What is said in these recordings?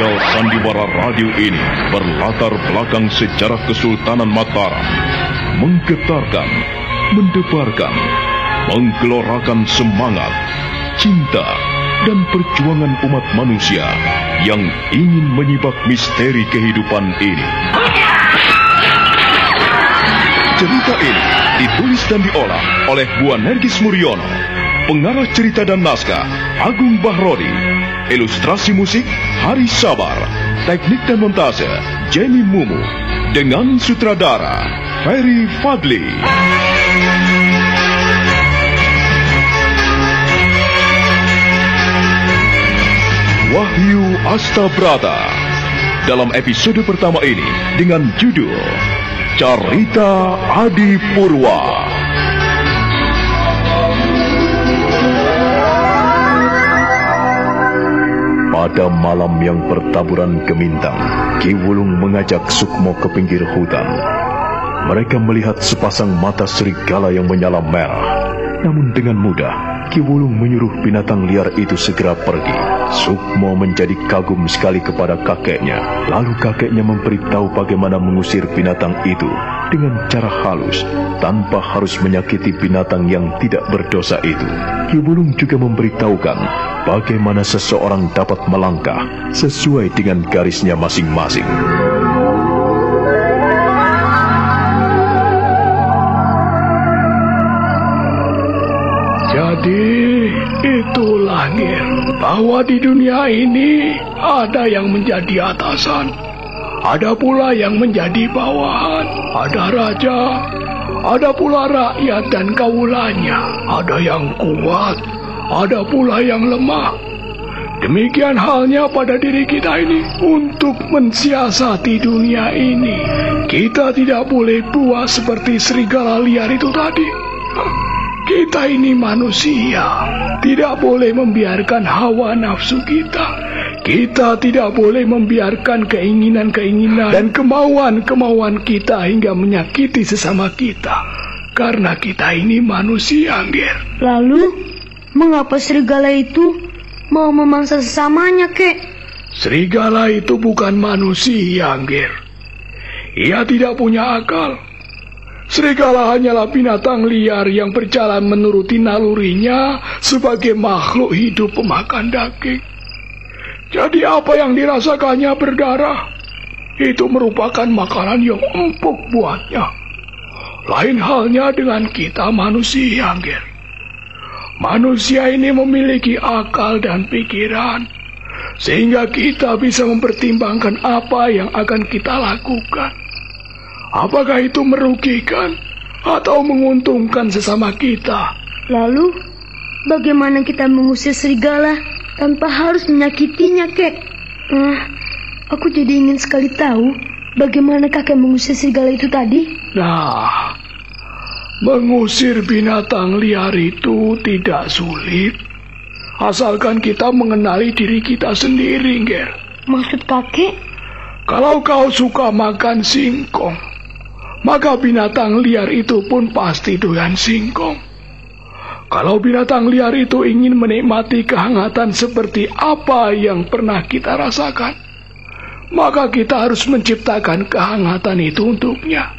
Serial Sandiwara Radio ini berlatar belakang sejarah Kesultanan Mataram, menggetarkan, mendebarkan, menggelorakan semangat, cinta, dan perjuangan umat manusia yang ingin menyibak misteri kehidupan ini. Cerita ini ditulis dan diolah oleh Bu Nergis Muriono, pengarah cerita dan naskah Agung Bahrodi, ilustrasi musik Hari Sabar, teknik dan montase Jenny Mumu, dengan sutradara Ferry Fadli. Wahyu Astabrata dalam episode pertama ini dengan judul Carita Adipurwa. Pada malam yang bertaburan gemintang, Ki Wulung mengajak Sukmo ke pinggir hutan. Mereka melihat sepasang mata serigala yang menyala merah. Namun dengan mudah, Ki Wulung menyuruh binatang liar itu segera pergi. Sukmo menjadi kagum sekali kepada kakeknya. Lalu kakeknya memberitahu bagaimana mengusir binatang itu dengan cara halus, tanpa harus menyakiti binatang yang tidak berdosa itu. Ki Wulung juga memberitahukan bagaimana seseorang dapat melangkah sesuai dengan garisnya masing-masing. Jadi itulah Ngir, bahwa di dunia ini ada yang menjadi atasan, ada pula yang menjadi bawahan, ada raja, ada pula rakyat dan kawulanya, ada yang kuat, ada pula yang lemah. Demikian halnya pada diri kita ini. Untuk mensiasati dunia ini, kita tidak boleh buas seperti serigala liar itu tadi. Kita ini manusia, tidak boleh membiarkan hawa nafsu kita. Kita tidak boleh membiarkan keinginan-keinginan dan kemauan-kemauan kita hingga menyakiti sesama kita. Karena kita ini manusia, Ngir. Lalu, mengapa serigala itu mau memangsa sesamanya, Kek? Serigala itu bukan manusia, Ngir. Ia tidak punya akal. Serigala hanyalah binatang liar yang berjalan menuruti nalurinya sebagai makhluk hidup pemakan daging. Jadi apa yang dirasakannya berdarah, itu merupakan makanan yang empuk buatnya. Lain halnya dengan kita manusia, Ngir. Manusia ini memiliki akal dan pikiran, sehingga kita bisa mempertimbangkan apa yang akan kita lakukan. Apakah itu merugikan atau menguntungkan sesama kita? Lalu, bagaimana kita mengusir serigala tanpa harus menyakitinya, Kek? Aku jadi ingin sekali tahu bagaimana kakek mengusir serigala itu tadi. Nah, mengusir binatang liar itu tidak sulit, asalkan kita mengenali diri kita sendiri, Ger. Maksud kakek? Kalau kau suka makan singkong, maka binatang liar itu pun pasti doyan singkong. Kalau binatang liar itu ingin menikmati kehangatan seperti apa yang pernah kita rasakan, maka kita harus menciptakan kehangatan itu untuknya.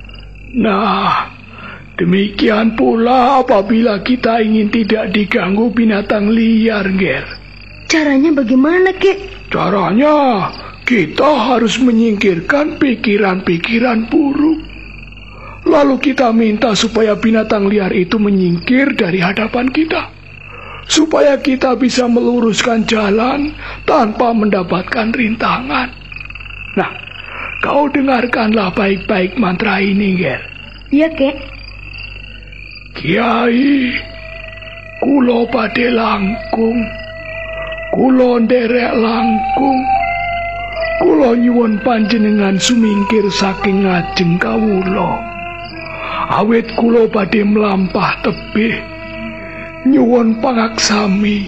Nah, demikian pula apabila kita ingin tidak diganggu binatang liar, Ger. Caranya bagaimana, Kek? Caranya, kita harus menyingkirkan pikiran-pikiran buruk. Lalu kita minta supaya binatang liar itu menyingkir dari hadapan kita, supaya kita bisa meluruskan jalan tanpa mendapatkan rintangan. Nah, kau dengarkanlah baik-baik mantra ini, Ger. Iya, Kek. Kiai, kulo badhe langkung, kulo nderek langkung, kulo nyuwun panjenengan sumingkir saking ngajeng kawula. Awit kulo badhe mlampah tebih, nyuwun pangaksami.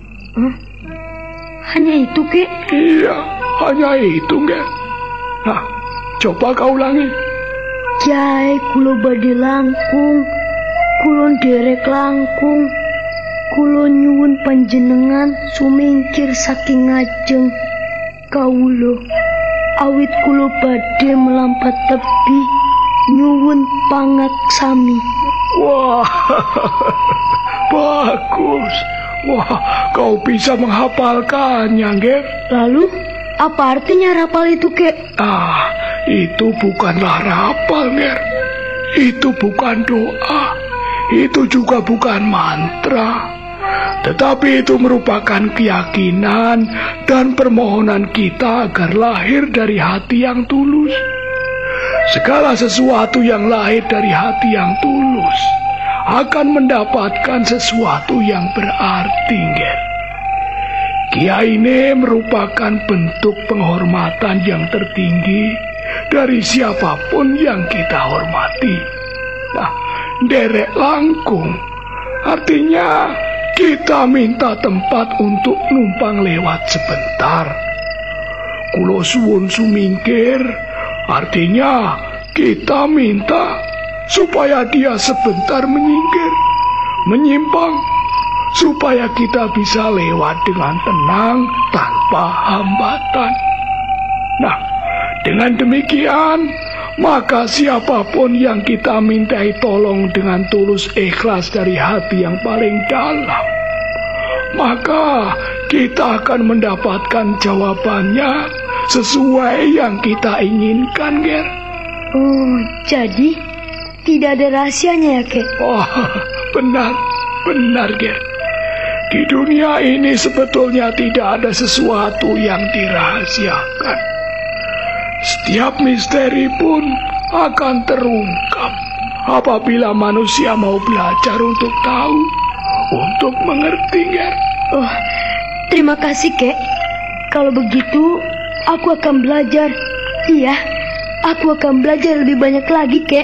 Hanya itu, Kek? Iya, hanya itu, Ger. Nah, coba kau ulangi. Kiai, kulo badhe langkung, kulo nderek langkung, kulo nyuwun panjenengan sumingkir saking ngajeng. Kawula awit kula badhe melampat tepi nyuwun pangaksami. Wah, bagus. Wah, kau bisa menghafalkannya, Ger. Lalu, apa artinya rapal itu, Kek? Itu bukanlah rapal, Ger. Itu bukan doa. Itu juga bukan mantra. Tetapi itu merupakan keyakinan dan permohonan kita agar lahir dari hati yang tulus. Segala sesuatu yang lahir dari hati yang tulus akan mendapatkan sesuatu yang berarti, Ger. Kiai ini merupakan bentuk penghormatan yang tertinggi dari siapapun yang kita hormati. Nah, derek langkung artinya kita minta tempat untuk numpang lewat sebentar. Kulo suwun sumingkir artinya kita minta supaya dia sebentar menyingkir, menyimpang, supaya kita bisa lewat dengan tenang tanpa hambatan. Nah, dengan demikian, maka siapapun yang kita mintai tolong dengan tulus ikhlas dari hati yang paling dalam, maka kita akan mendapatkan jawabannya sesuai yang kita inginkan, Ger. Oh, jadi tidak ada rahasianya ya, Kek? Oh, benar, Ger. Di dunia ini sebetulnya tidak ada sesuatu yang dirahasiakan. Setiap misteri pun akan terungkap apabila manusia mau belajar untuk tahu, untuk mengerti, Ger. Oh, terima kasih, Kek. Kalau begitu, aku akan belajar. Iya, aku akan belajar lebih banyak lagi, Kek.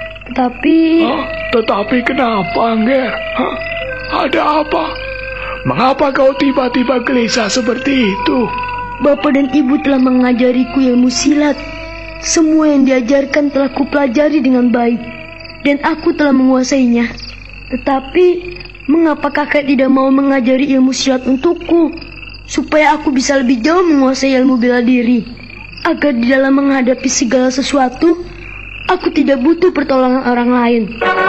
Tetapi kenapa, Ger? Ada apa? Mengapa kau tiba-tiba gelisah seperti itu? Bapak dan Ibu telah mengajariku ilmu silat. Semua yang diajarkan telah kupelajari dengan baik, dan aku telah menguasainya. Tetapi, mengapa kakek tidak mau mengajari ilmu silat untukku, supaya aku bisa lebih jauh menguasai ilmu bela diri, agar di dalam menghadapi segala sesuatu, aku tidak butuh pertolongan orang lain.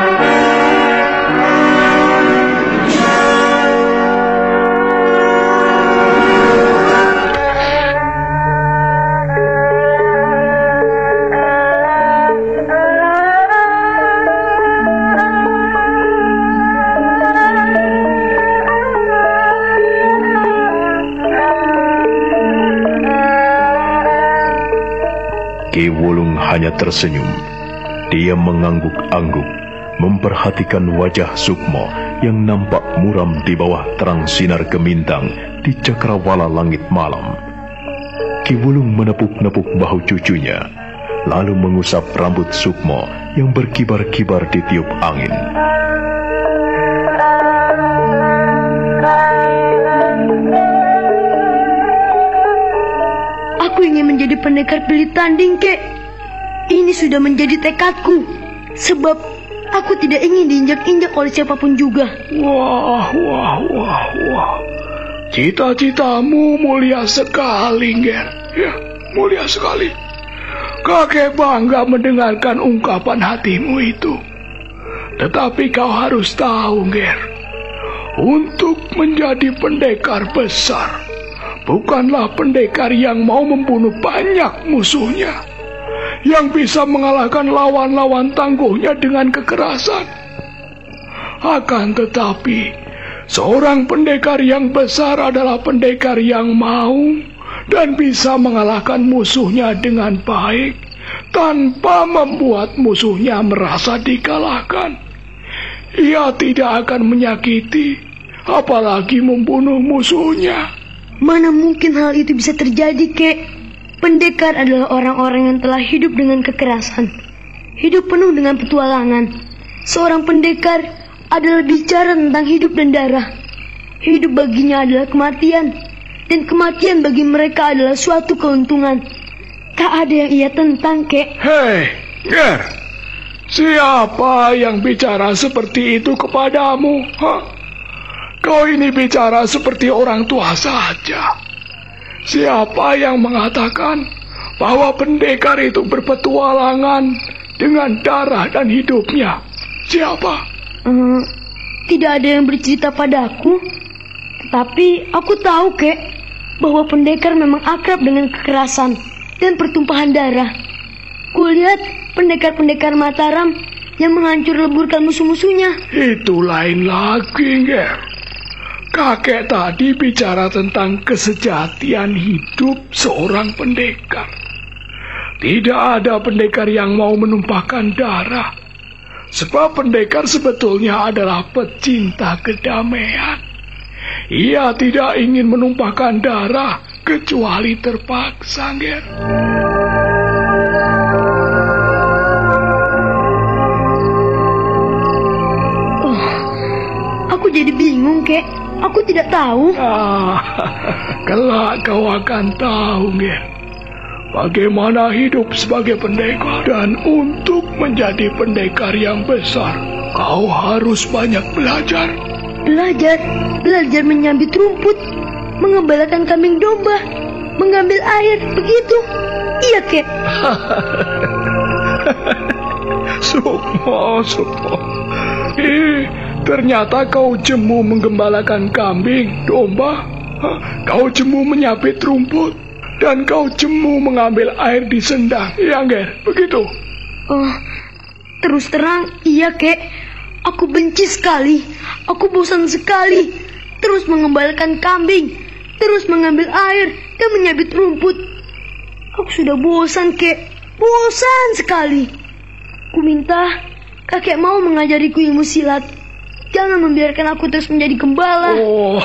Ki Wulung hanya tersenyum. Dia mengangguk-angguk, memperhatikan wajah Sukmo yang nampak muram di bawah terang sinar gemintang di cakrawala langit malam. Ki Wulung menepuk-nepuk bahu cucunya, lalu mengusap rambut Sukmo yang berkibar-kibar ditiup angin. Aku ingin menjadi pendekar beli tanding, Kek. Ini sudah menjadi tekadku, sebab aku tidak ingin diinjak-injak oleh siapapun juga. Wah. Cita-citamu mulia sekali, Ger. Ya, mulia sekali. Kakek bangga mendengarkan ungkapan hatimu itu. Tetapi kau harus tahu, Ger, untuk menjadi pendekar besar, bukanlah pendekar yang mau membunuh banyak musuhnya, yang bisa mengalahkan lawan-lawan tangguhnya dengan kekerasan. Akan tetapi, seorang pendekar yang besar adalah pendekar yang mau dan bisa mengalahkan musuhnya dengan baik, tanpa membuat musuhnya merasa dikalahkan. Ia tidak akan menyakiti, apalagi membunuh musuhnya. Mana mungkin hal itu bisa terjadi, Kek? Pendekar adalah orang-orang yang telah hidup dengan kekerasan, hidup penuh dengan petualangan. Seorang pendekar adalah bicara tentang hidup dan darah. Hidup baginya adalah kematian, dan kematian bagi mereka adalah suatu keuntungan. Tak ada yang ia tentang, Kek. Hei, Ger, siapa yang bicara seperti itu kepadamu? Kau ini bicara seperti orang tua saja. Siapa yang mengatakan bahwa pendekar itu berpetualangan dengan darah dan hidupnya? Siapa? Tidak ada yang bercerita padaku. Tetapi aku tahu, Kek, bahwa pendekar memang akrab dengan kekerasan dan pertumpahan darah. Kulihat pendekar-pendekar Mataram yang menghancur leburkan musuh-musuhnya. Itu lain lagi, Ger. Kakek tadi bicara tentang kesejatian hidup seorang pendekar. Tidak ada pendekar yang mau menumpahkan darah. Sebab pendekar sebetulnya adalah pecinta kedamaian. Ia tidak ingin menumpahkan darah kecuali terpaksa, Ger. Aku jadi bingung, Kek. Aku tidak tahu. Kelak kau akan tahu, Ger. Bagaimana hidup sebagai pendekar. Dan untuk menjadi pendekar yang besar, kau harus banyak belajar. Belajar menyambit rumput, mengembalakan kambing domba, mengambil air, begitu. Iya, Kek. Sukmo. Ternyata kau jemu menggembalakan kambing, domba. Kau jemu menyabit rumput. Dan kau jemu mengambil air di sendang. Iya, Ger, begitu? Terus terang, iya, Kek. Aku benci sekali. Aku bosan sekali. Terus mengembalakan kambing. Terus mengambil air dan menyabit rumput. Aku sudah bosan, Kek. Bosan sekali. Ku minta kakek mau mengajariku ilmu silat. Jangan membiarkan aku terus menjadi gembala.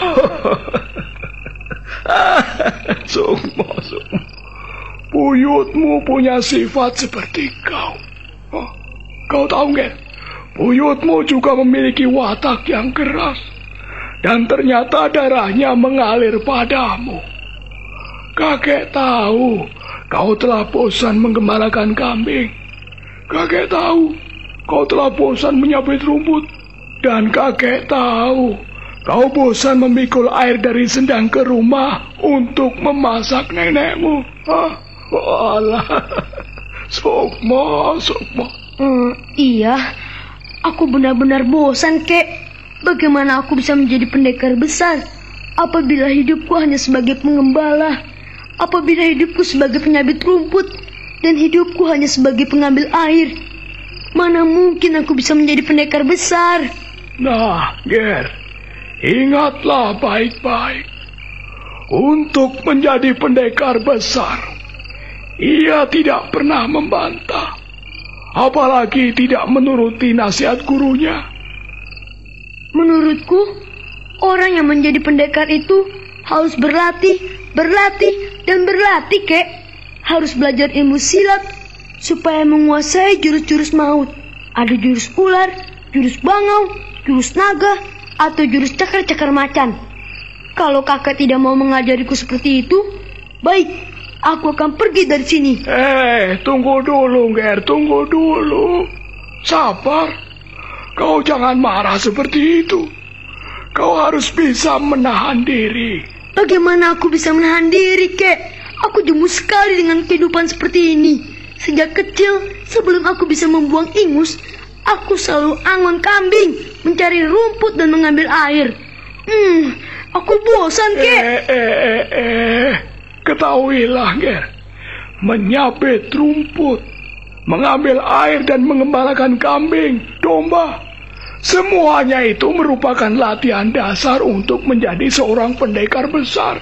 Sukmo. Buyutmu punya sifat seperti kau. Kau tahu nggak? Buyutmu juga memiliki watak yang keras. Dan ternyata darahnya mengalir padamu. Kakek tahu kau telah bosan menggembalakan kambing. Kakek tahu kau telah bosan menyabit rumput. Dan kakek tahu kau bosan memikul air dari sendang ke rumah untuk memasak nenekmu. Alah, Sukmo. Iya, aku benar-benar bosan, Kek. Bagaimana aku bisa menjadi pendekar besar apabila hidupku hanya sebagai pengembala? Apabila hidupku sebagai penyabit rumput dan hidupku hanya sebagai pengambil air? Mana mungkin aku bisa menjadi pendekar besar? Nah, Ger, ingatlah baik-baik. Untuk menjadi pendekar besar, ia tidak pernah membantah, apalagi tidak menuruti nasihat gurunya. Menurutku, orang yang menjadi pendekar itu harus berlatih, dan berlatih, Kek. Harus belajar ilmu silat supaya menguasai jurus-jurus maut. Ada jurus ular, jurus bangau, jurus naga, atau jurus cakar-cakar macan. Kalau kakak tidak mau mengajariku seperti itu, baik, aku akan pergi dari sini. Tunggu dulu, Ger, tunggu dulu. Sabar, kau jangan marah seperti itu. Kau harus bisa menahan diri. Bagaimana aku bisa menahan diri, Kek? Aku jemu sekali dengan kehidupan seperti ini. Sejak kecil, sebelum aku bisa membuang ingus, aku selalu angon kambing, mencari rumput dan mengambil air. Aku bosan, Kek. Ketahuilah, Ger. Menyabit rumput, mengambil air dan mengembalakan kambing, domba. Semuanya itu merupakan latihan dasar untuk menjadi seorang pendekar besar.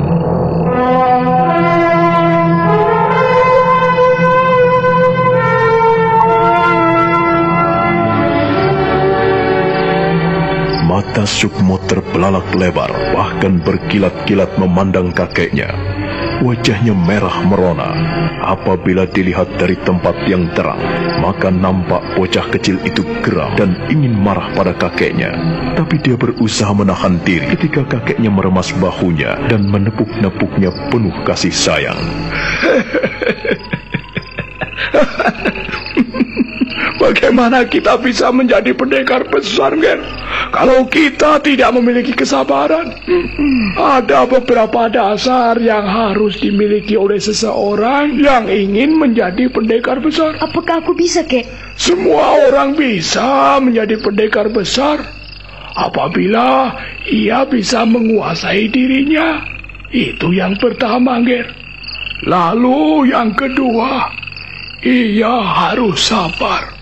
Mata Sukmo terbelalak lebar, bahkan berkilat-kilat memandang kakeknya. Wajahnya merah merona. Apabila dilihat dari tempat yang terang, maka nampak bocah kecil itu geram dan ingin marah pada kakeknya. Tapi dia berusaha menahan diri ketika kakeknya meremas bahunya dan menepuk-nepuknya penuh kasih sayang. Bagaimana kita bisa menjadi pendekar besar, Ger? Kalau kita tidak memiliki kesabaran. Ada beberapa dasar yang harus dimiliki oleh seseorang yang ingin menjadi pendekar besar. Apakah aku bisa, Kek? Semua orang bisa menjadi pendekar besar apabila ia bisa menguasai dirinya. Itu yang pertama, Ger. Lalu yang kedua, ia harus sabar.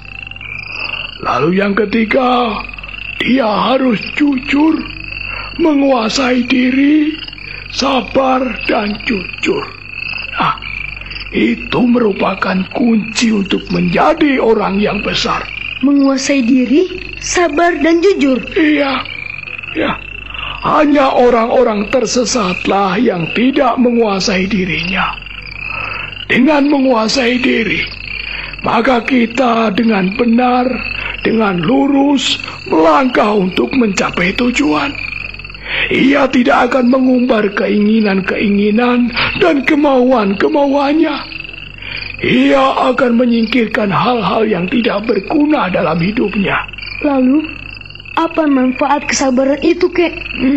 Lalu yang ketiga, dia harus jujur, menguasai diri, sabar, dan jujur. Nah, itu merupakan kunci untuk menjadi orang yang besar. Menguasai diri, sabar, dan jujur. Iya, ya. Hanya orang-orang tersesatlah yang tidak menguasai dirinya. Dengan menguasai diri, maka kita dengan benar, dengan lurus, melangkah untuk mencapai tujuan. Ia tidak akan mengumbar keinginan-keinginan dan kemauan-kemauannya. Ia akan menyingkirkan hal-hal yang tidak berguna dalam hidupnya. Lalu, apa manfaat kesabaran itu, Kek?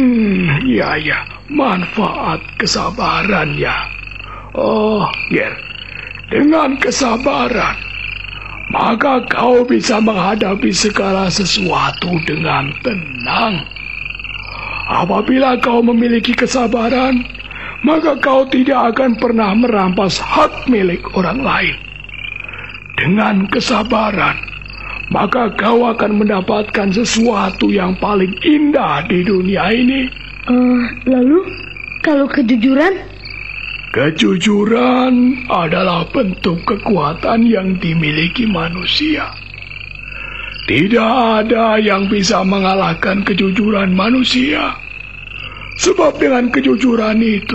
Ya, manfaat kesabaran ya. Oh, Ger, dengan kesabaran, maka kau bisa menghadapi segala sesuatu dengan tenang. Apabila kau memiliki kesabaran, maka kau tidak akan pernah merampas hak milik orang lain. Dengan kesabaran, maka kau akan mendapatkan sesuatu yang paling indah di dunia ini. Lalu, kalau kejujuran? Kejujuran adalah bentuk kekuatan yang dimiliki manusia. Tidak ada yang bisa mengalahkan kejujuran manusia. Sebab dengan kejujuran itu,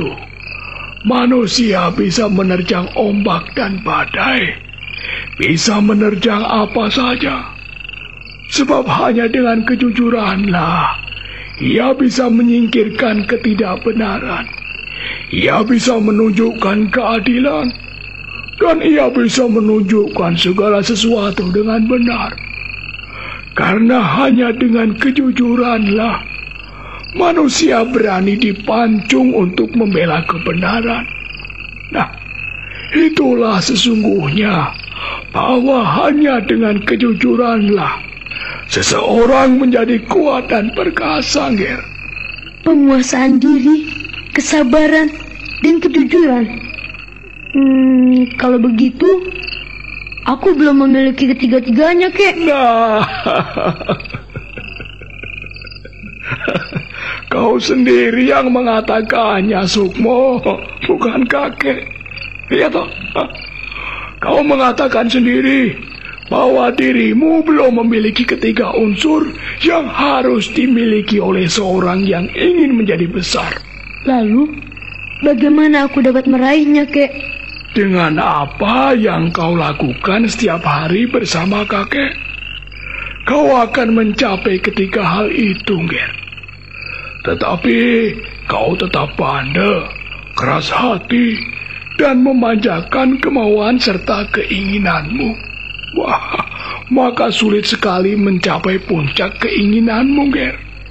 manusia bisa menerjang ombak dan badai. Bisa menerjang apa saja. Sebab hanya dengan kejujuranlah ia bisa menyingkirkan ketidakbenaran. Ia bisa menunjukkan keadilan. Dan ia bisa menunjukkan segala sesuatu dengan benar. Karena hanya dengan kejujuranlah manusia berani dipancung untuk membela kebenaran. Nah, itulah sesungguhnya bahwa hanya dengan kejujuranlah seseorang menjadi kuat dan perkasa, Ger. Penguasaan diri, kesabaran, dan kejujuran. Kalau begitu, aku belum memiliki ketiga-tiganya, Kek. Nah, kau sendiri yang mengatakannya, Sukmo, bukan kakek. Iya toh? Kau mengatakan sendiri bahwa dirimu belum memiliki ketiga unsur yang harus dimiliki oleh seorang yang ingin menjadi besar. Lalu, bagaimana aku dapat meraihnya, Kek? Dengan apa yang kau lakukan setiap hari bersama kakek, kau akan mencapai ketiga hal itu, Ger. Tetapi kau tetap bandel, keras hati, dan memanjakan kemauan serta keinginanmu. Wah, maka sulit sekali mencapai puncak keinginanmu, Ger.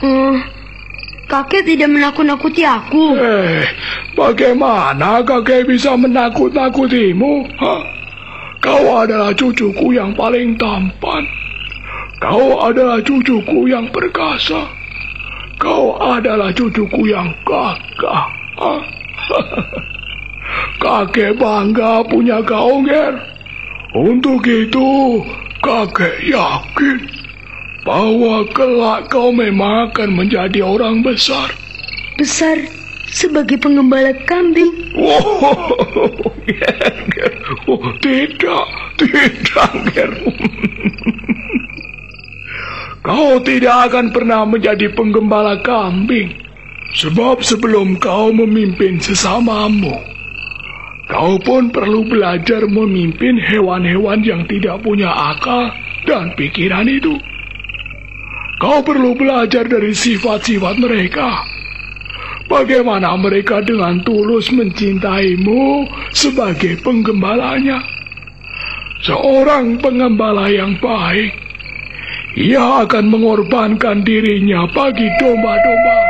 Kakek tidak menakut-nakuti aku. Bagaimana kakek bisa menakut-nakutimu? Kau adalah cucuku yang paling tampan. Kau adalah cucuku yang perkasa. Kau adalah cucuku yang gagah. Kakek bangga punya kau, Ger. Untuk itu, kakek yakin bahwa kelak kau memang akan menjadi orang besar. Besar sebagai pengembala kambing? Ger. Tidak, Ger. Kau tidak akan pernah menjadi penggembala kambing. Sebab sebelum kau memimpin sesamamu, kau pun perlu belajar memimpin hewan-hewan yang tidak punya akal dan pikiran itu. Kau perlu belajar dari sifat-sifat mereka. Bagaimana mereka dengan tulus mencintaimu sebagai penggembalanya. seorang pengembala yang baik, ia akan mengorbankan dirinya bagi domba-dombanya.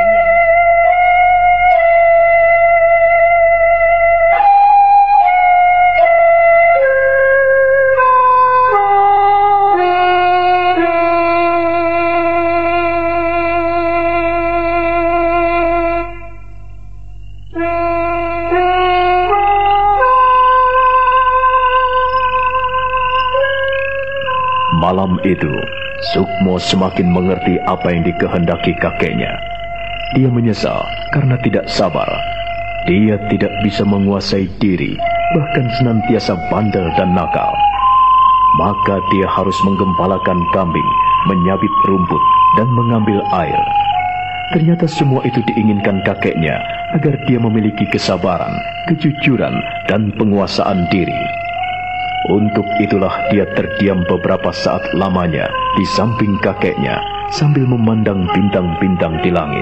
Malam itu, Sukmo semakin mengerti apa yang dikehendaki kakeknya. Dia menyesal karena tidak sabar. Dia tidak bisa menguasai diri, bahkan senantiasa bandel dan nakal. Maka dia harus menggembalakan kambing, menyabit rumput, dan mengambil air. Ternyata semua itu diinginkan kakeknya agar dia memiliki kesabaran, kejujuran, dan penguasaan diri. Untuk itulah dia terdiam beberapa saat lamanya di samping kakeknya sambil memandang bintang-bintang di langit.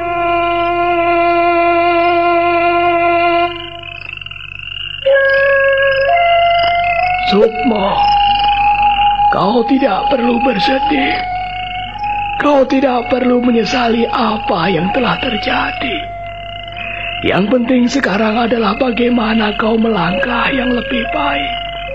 Sukmo, kau tidak perlu bersedih. Kau tidak perlu menyesali apa yang telah terjadi. Yang penting sekarang adalah bagaimana kau melangkah yang lebih baik.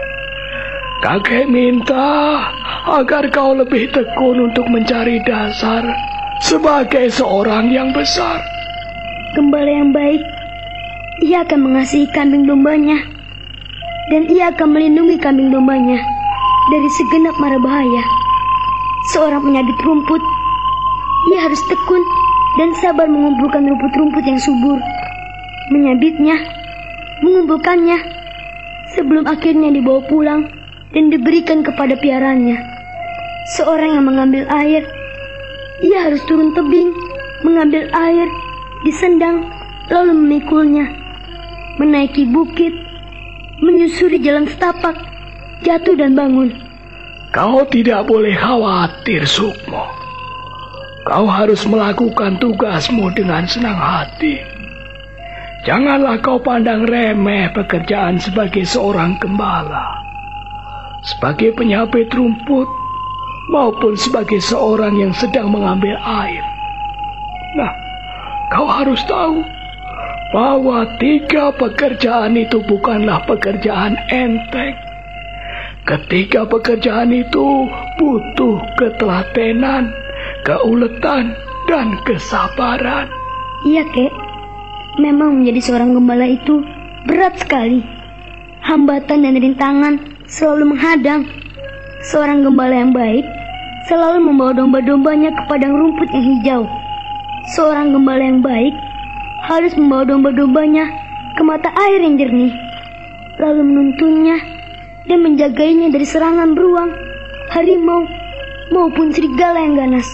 Kakek minta agar kau lebih tekun untuk mencari dasar sebagai seorang yang besar. Gembala yang baik, ia akan mengasihi kambing dombanya, dan ia akan melindungi kambing dombanya dari segenap mara bahaya. Seorang penyabit rumput, ia harus tekun dan sabar mengumpulkan rumput-rumput yang subur, menyabitnya, mengumpulkannya, sebelum akhirnya dibawa pulang dan diberikan kepada piaranya. Seorang yang mengambil air, ia harus turun tebing, mengambil air, disendang, lalu memikulnya, menaiki bukit, menyusuri jalan setapak, jatuh dan bangun. Kau tidak boleh khawatir, Sukmo. Kau harus melakukan tugasmu dengan senang hati. Janganlah kau pandang remeh pekerjaan sebagai seorang gembala, sebagai penyabit rumput, maupun sebagai seorang yang sedang mengambil air. Nah, kau harus tahu bahwa 3 pekerjaan itu bukanlah pekerjaan enteng. Ketiga pekerjaan itu butuh ketelatenan, keuletan, dan kesabaran. Iya, Kek. Memang menjadi seorang gembala itu berat sekali. Hambatan dan rintangan selalu menghadang. Seorang gembala yang baik selalu membawa domba-dombanya ke padang rumput yang hijau. Seorang gembala yang baik harus membawa domba-dombanya ke mata air yang jernih, lalu menuntunnya dan menjagainya dari serangan beruang, harimau, maupun serigala yang ganas.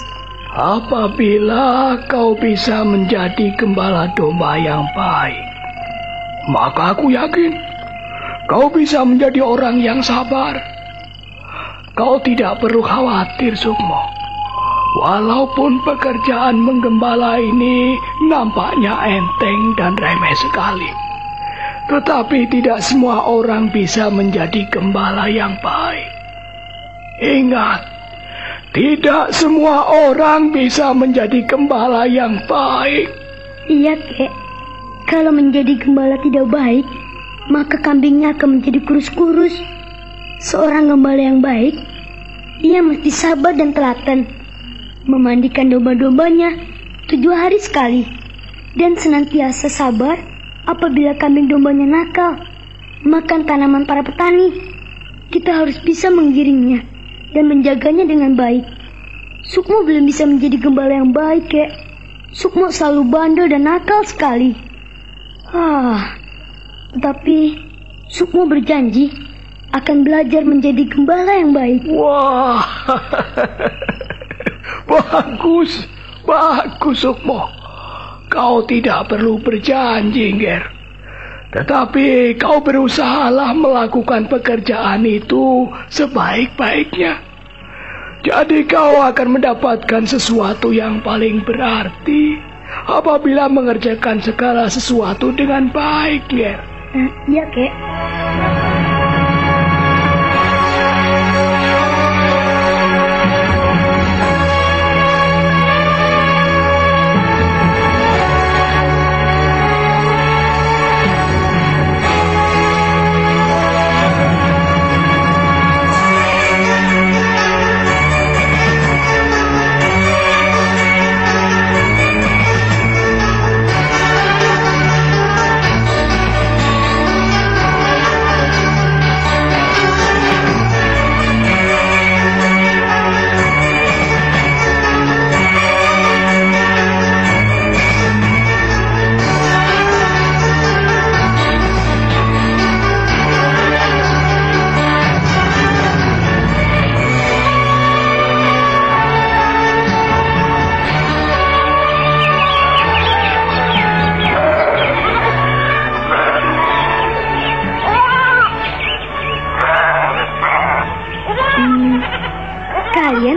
Apabila kau bisa menjadi gembala domba yang baik, maka aku yakin kau bisa menjadi orang yang sabar. Kau tidak perlu khawatir, Sukmo. Walaupun pekerjaan menggembala ini nampaknya enteng dan remeh sekali, tetapi tidak semua orang bisa menjadi gembala yang baik. Ingat, tidak semua orang bisa menjadi gembala yang baik. Iya, Kek. Kalau menjadi gembala tidak baik, maka kambingnya akan menjadi kurus-kurus. Seorang gembala yang baik, ia mesti sabar dan telaten, memandikan domba-dombanya 7 hari sekali, dan senantiasa sabar apabila kambing dombanya nakal, makan tanaman para petani. Kita harus bisa menggiringnya dan menjaganya dengan baik. Sukmo belum bisa menjadi gembala yang baik, Kek. Sukmo selalu bandel dan nakal sekali. Tapi Sukmo berjanji akan belajar menjadi gembala yang baik. Wah, bagus Sukmo. Kau tidak perlu berjanji, Nger. Tetapi kau berusahalah melakukan pekerjaan itu sebaik-baiknya. Jadi kau akan mendapatkan sesuatu yang paling berarti apabila mengerjakan segala sesuatu dengan baik, Nger. Iya, Kek.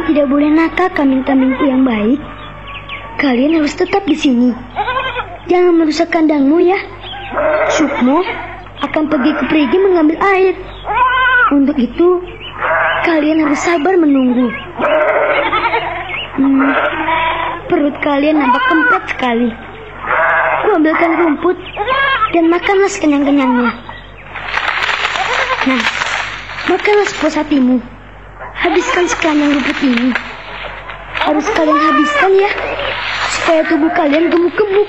Kalian tidak boleh nakal, kambing-kambingku yang baik. Kalian harus tetap di sini. Jangan merusak kandangmu ya. Sukmo akan pergi ke perigi mengambil air. Untuk itu, kalian harus sabar menunggu. Perut kalian nampak kempet sekali. Kuambilkan rumput dan makanlah sekenyang-kenyangnya. Nah, makanlah sepuas hatimu. Habiskan sekenyang rumput ini. Harus kalian habiskan ya, supaya tubuh kalian gemuk-gemuk.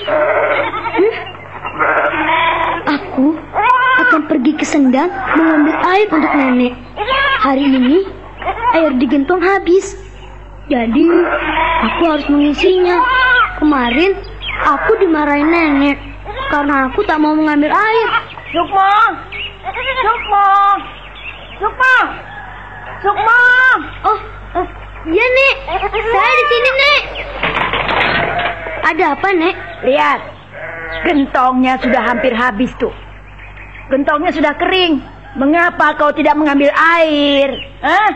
Aku akan pergi ke sendang mengambil air untuk nenek. Hari ini air di gentong habis, jadi aku harus mengisinya. Kemarin aku dimarahin nenek karena aku tak mau mengambil air. Sukmo, Sukmo, Sukmo, Sukmo. Oh, iya Nek, saya di sini Nek. Ada apa Nek? Lihat, gentongnya sudah hampir habis tuh. Gentongnya sudah kering. Mengapa kau tidak mengambil air? Hah?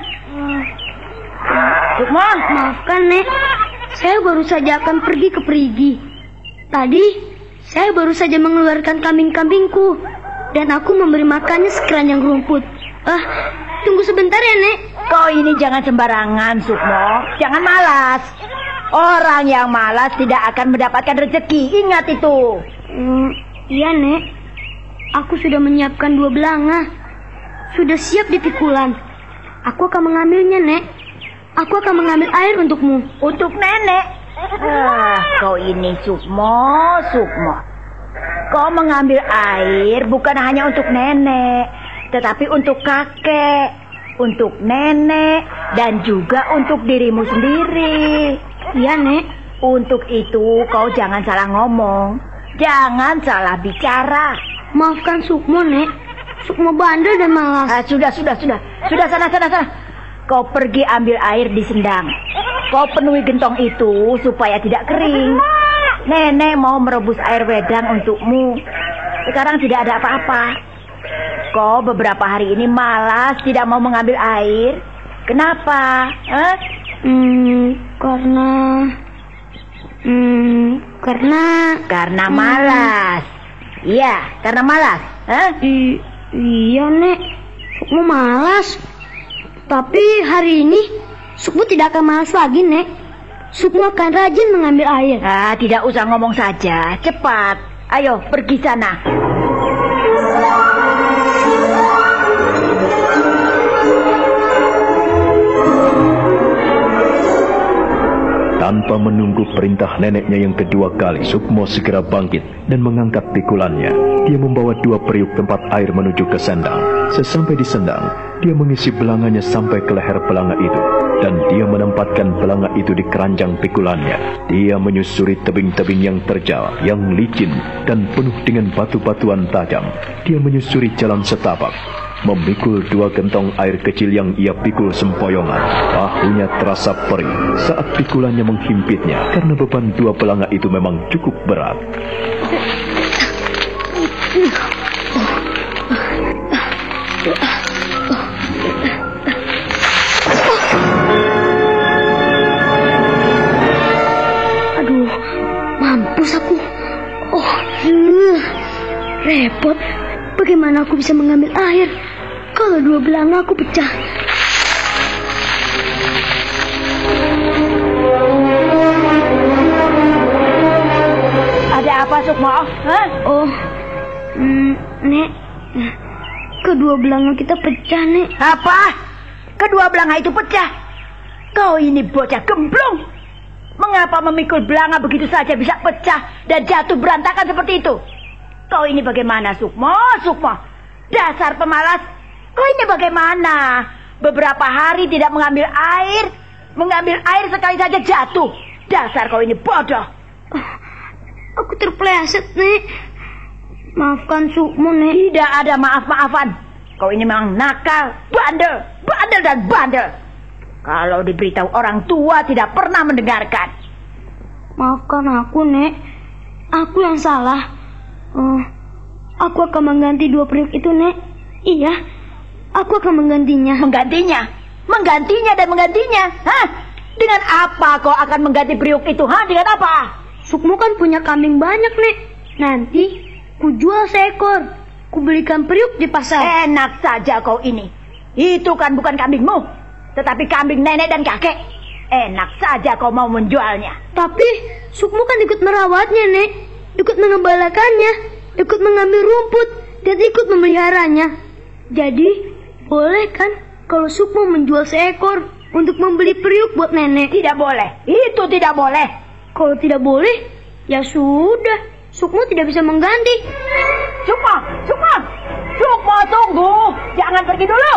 Sukmo? Maafkan Nek, saya baru saja akan pergi ke perigi. Tadi saya baru saja mengeluarkan kambing-kambingku dan aku memberi makannya sekeranjang rumput. Tunggu sebentar ya Nek. Kau ini jangan sembarangan, Sukmo. Jangan malas. Orang yang malas tidak akan mendapatkan rezeki. Ingat itu. Iya Nek. Aku sudah menyiapkan 2 belanga. Sudah siap dipikulan. Aku akan mengambilnya Nek. Aku akan mengambil air untukmu. Untuk nenek. Kau ini Sukmo, Sukmo. Kau mengambil air bukan hanya untuk nenek, tetapi untuk kakek, untuk nenek, dan juga untuk dirimu sendiri. Iya Nek. Untuk itu kau jangan salah ngomong, jangan salah bicara. Maafkan Sukmo Nek. Sukmo bandel dan malas. Sudah sana. Kau pergi ambil air di sendang. Kau penuhi gentong itu supaya tidak kering. Nenek mau merebus air wedang untukmu. Sekarang tidak ada apa-apa. Kau beberapa hari ini malas tidak mau mengambil air. Kenapa? Karena malas. Iya, karena malas. Iya Nek, Sukmo malas. Tapi hari ini Sukmo tidak akan malas lagi Nek. Sukmo akan rajin mengambil air. Tidak usah ngomong saja. Cepat, ayo pergi sana. Tanpa menunggu perintah neneknya yang kedua kali, Sukmo segera bangkit dan mengangkat pikulannya. Dia membawa 2 periuk tempat air menuju ke sendang. Sesampai di sendang, dia mengisi belanganya sampai ke leher belanga itu. Dan dia menempatkan belanga itu di keranjang pikulannya. Dia menyusuri tebing-tebing yang terjal, yang licin, dan penuh dengan batu-batuan tajam. Dia menyusuri jalan setapak, memikul 2 gentong air kecil yang ia pikul sempoyongan. Bahunya terasa perih saat pikulannya menghimpitnya karena beban 2 belanga itu memang cukup berat. Aduh, mampus aku. Repot. Bagaimana aku bisa mengambil air kalau 2 belanga aku pecah? Ada apa, Sukmo? Nek, kedua belanga kita pecah, Nek. Apa? Kedua belanga itu pecah? Kau ini bocah gemblung. Mengapa memikul belanga begitu saja bisa pecah dan jatuh berantakan seperti itu? Kau ini bagaimana, Sukmo? Sukmo, dasar pemalas. Kau ini bagaimana? Beberapa hari tidak mengambil air sekali saja jatuh. Dasar kau ini bodoh. Aku terpeleset, Nek. Maafkan Sukmo, Nek. Tidak ada maaf-maafan. Kau ini memang nakal, bandel dan bandel. Kalau diberitahu orang tua tidak pernah mendengarkan. Maafkan aku, Nek. Aku yang salah. Aku akan mengganti 2 periuk itu, Nek. Iya, aku akan menggantinya. Menggantinya dan menggantinya. Hah? Dengan apa kau akan mengganti periuk itu? Dengan apa? Sukmo kan punya kambing banyak, Nek. Nanti ku jual seekor. Ku belikan periuk di pasar. Enak saja kau ini. Itu kan bukan kambingmu, tetapi kambing nenek dan kakek. Enak saja kau mau menjualnya. Tapi Sukmo kan ikut merawatnya, Nek. Ikut mengembalakannya, ikut mengambil rumput, dan ikut memeliharanya. Jadi, boleh kan kalau Sukmo menjual seekor untuk membeli periuk buat nenek? Tidak boleh. Itu tidak boleh. Kalau tidak boleh, ya sudah. Sukmo tidak bisa mengganti. Sukmo, tunggu. Jangan pergi dulu.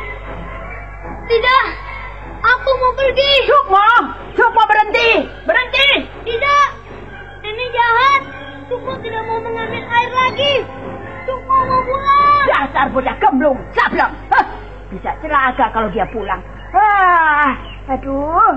Tidak, aku mau pergi. Sukmo, berhenti. Tidak, nenek jahat. Sukmo tidak mau mengambil air lagi. Sukmo mau pulang. Dasar bocah gemblung, sableng. Bisa celaka kalau dia pulang. Aduh.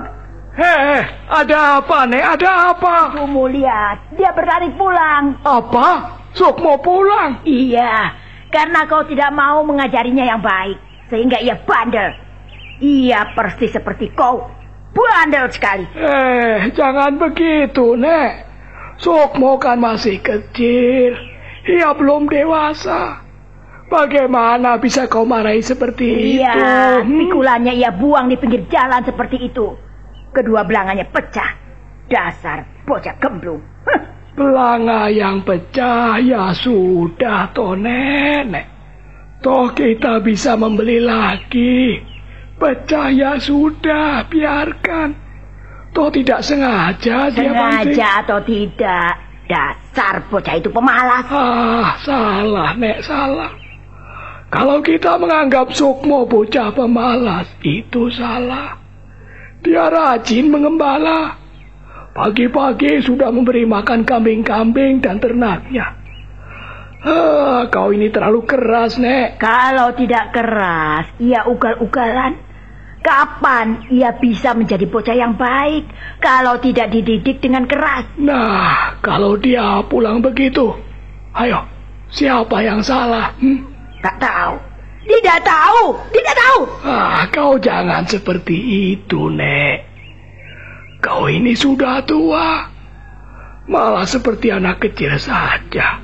Ada apa, Nek? Ada apa? Kamu lihat, dia berlari pulang. Apa? Sukmo pulang? Iya, karena kau tidak mau mengajarinya yang baik, sehingga ia bandel. Ia persis seperti kau, bandel sekali. Jangan begitu, Nek. Sukmo kan masih kecil. Ia belum dewasa. Bagaimana bisa kau marahi seperti itu? Iya, pikulannya ia buang di pinggir jalan seperti itu. Kedua belanganya pecah. Dasar bocah gemblung. Belanga yang pecah ya sudah, toh Nenek. Toh kita bisa membeli lagi. Pecah ya sudah, biarkan. Toh tidak sengaja dia banting. Sengaja atau tidak, dasar bocah itu pemalas. Salah, Nek, salah. Kalau kita menganggap Sukmo bocah pemalas, itu salah. Dia rajin mengembala. Pagi-pagi sudah memberi makan kambing-kambing dan ternaknya. Kau ini terlalu keras, Nek. Kalau tidak keras, ia ugal-ugalan. Kapan ia bisa menjadi bocah yang baik kalau tidak dididik dengan keras? Nah, kalau dia pulang begitu, ayo, siapa yang salah? Tak tahu. Tidak tahu. Kau jangan seperti itu, Nek. Kau ini sudah tua. Malah seperti anak kecil saja.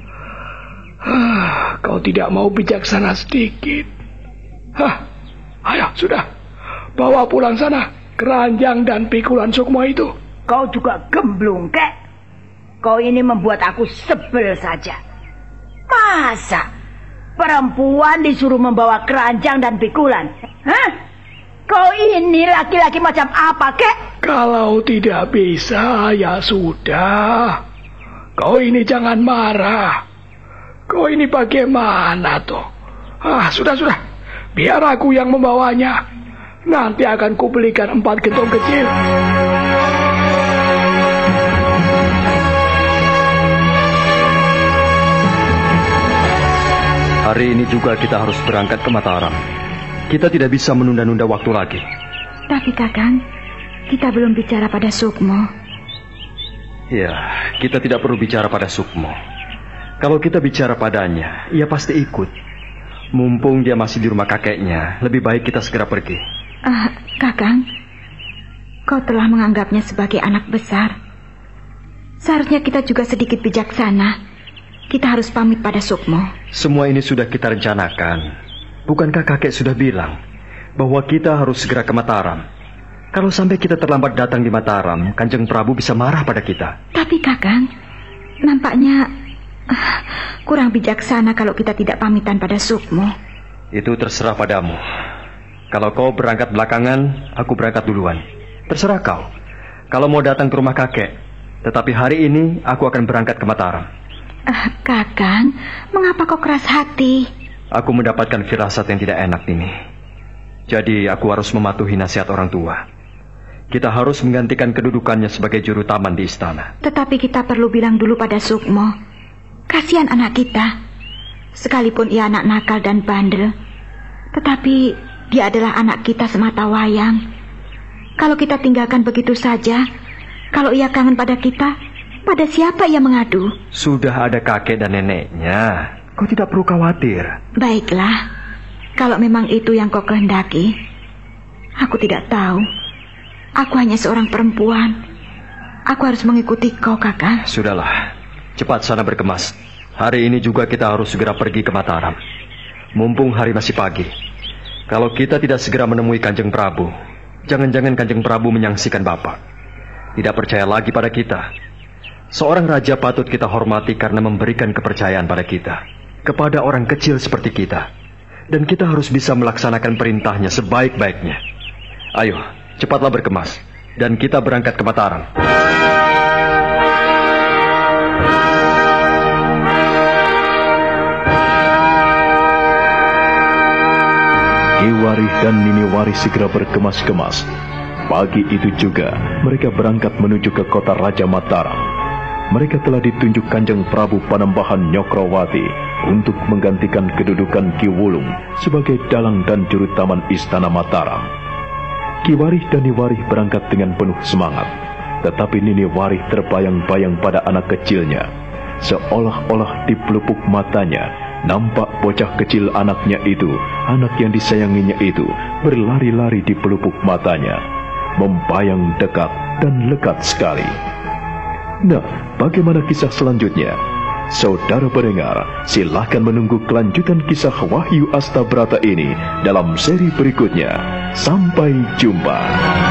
Kau tidak mau bijaksana sedikit. Ayo, sudah. Bawa pulang sana keranjang dan pikulan Sukmo itu. Kau juga gemblung, kek. Kau ini membuat aku sebel saja. Masa perempuan disuruh membawa keranjang dan pikulan? Kau ini laki-laki macam apa, kek? Kalau tidak bisa, ya sudah. Kau ini jangan marah. Kau ini bagaimana toh? Sudah. Biar aku yang membawanya. Nanti akan kubelikan 4 gentong kecil. Hari ini juga kita harus berangkat ke Mataram. Kita tidak bisa menunda-nunda waktu lagi. Tapi Kakang, kita belum bicara pada Sukmo. Ya, kita tidak perlu bicara pada Sukmo. Kalau kita bicara padanya, ia pasti ikut. Mumpung dia masih di rumah kakeknya, lebih baik kita segera pergi. Kakang, kau telah menganggapnya sebagai anak besar. Seharusnya kita juga sedikit bijaksana. Kita harus pamit pada Sukmo. Semua ini sudah kita rencanakan. Bukankah kakek sudah bilang bahwa kita harus segera ke Mataram? Kalau sampai kita terlambat datang di Mataram, Kanjeng Prabu bisa marah pada kita. Tapi Kakang, nampaknya kurang bijaksana kalau kita tidak pamitan pada Sukmo. Itu terserah padamu. Kalau kau berangkat belakangan, aku berangkat duluan. Terserah kau. Kalau mau datang ke rumah kakek. Tetapi hari ini aku akan berangkat ke Mataram. Kakang, mengapa kau keras hati? Aku mendapatkan firasat yang tidak enak ini. Jadi aku harus mematuhi nasihat orang tua. Kita harus menggantikan kedudukannya sebagai juru taman di istana. Tetapi kita perlu bilang dulu pada Sukmo. Kasihan anak kita. Sekalipun ia anak nakal dan bandel, tetapi dia adalah anak kita semata wayang. Kalau kita tinggalkan begitu saja, kalau ia kangen pada kita, pada siapa ia mengadu? Sudah ada kakek dan neneknya. Kau tidak perlu khawatir. Baiklah, kalau memang itu yang kau kehendaki. Aku tidak tahu. Aku hanya seorang perempuan. Aku harus mengikuti kau, Kakang. Sudahlah, cepat sana berkemas. Hari ini juga kita harus segera pergi ke Mataram. Mumpung hari masih pagi. Kalau kita tidak segera menemui Kanjeng Prabu, jangan-jangan Kanjeng Prabu menyaksikan Bapak. Tidak percaya lagi pada kita. Seorang raja patut kita hormati karena memberikan kepercayaan pada kita, kepada orang kecil seperti kita. Dan kita harus bisa melaksanakan perintahnya sebaik-baiknya. Ayo, cepatlah berkemas. Dan kita berangkat ke Mataram. Ki Warih dan Nini Warih segera berkemas-kemas. Pagi itu juga mereka berangkat menuju ke kota Raja Mataram. Mereka telah ditunjuk Kanjeng Prabu Panembahan Nyokrawati untuk menggantikan kedudukan Ki Wulung sebagai dalang dan juru taman istana Mataram. Ki Warih dan Nini Warih berangkat dengan penuh semangat, tetapi Nini Warih terbayang-bayang pada anak kecilnya. Seolah-olah di pelupuk matanya nampak bocah kecil anaknya itu, anak yang disayanginya itu, berlari-lari di pelupuk matanya, membayang dekat dan lekat sekali. Nah, bagaimana kisah selanjutnya? Saudara pendengar, silakan menunggu kelanjutan kisah Wahyu Astabrata ini dalam seri berikutnya. Sampai jumpa.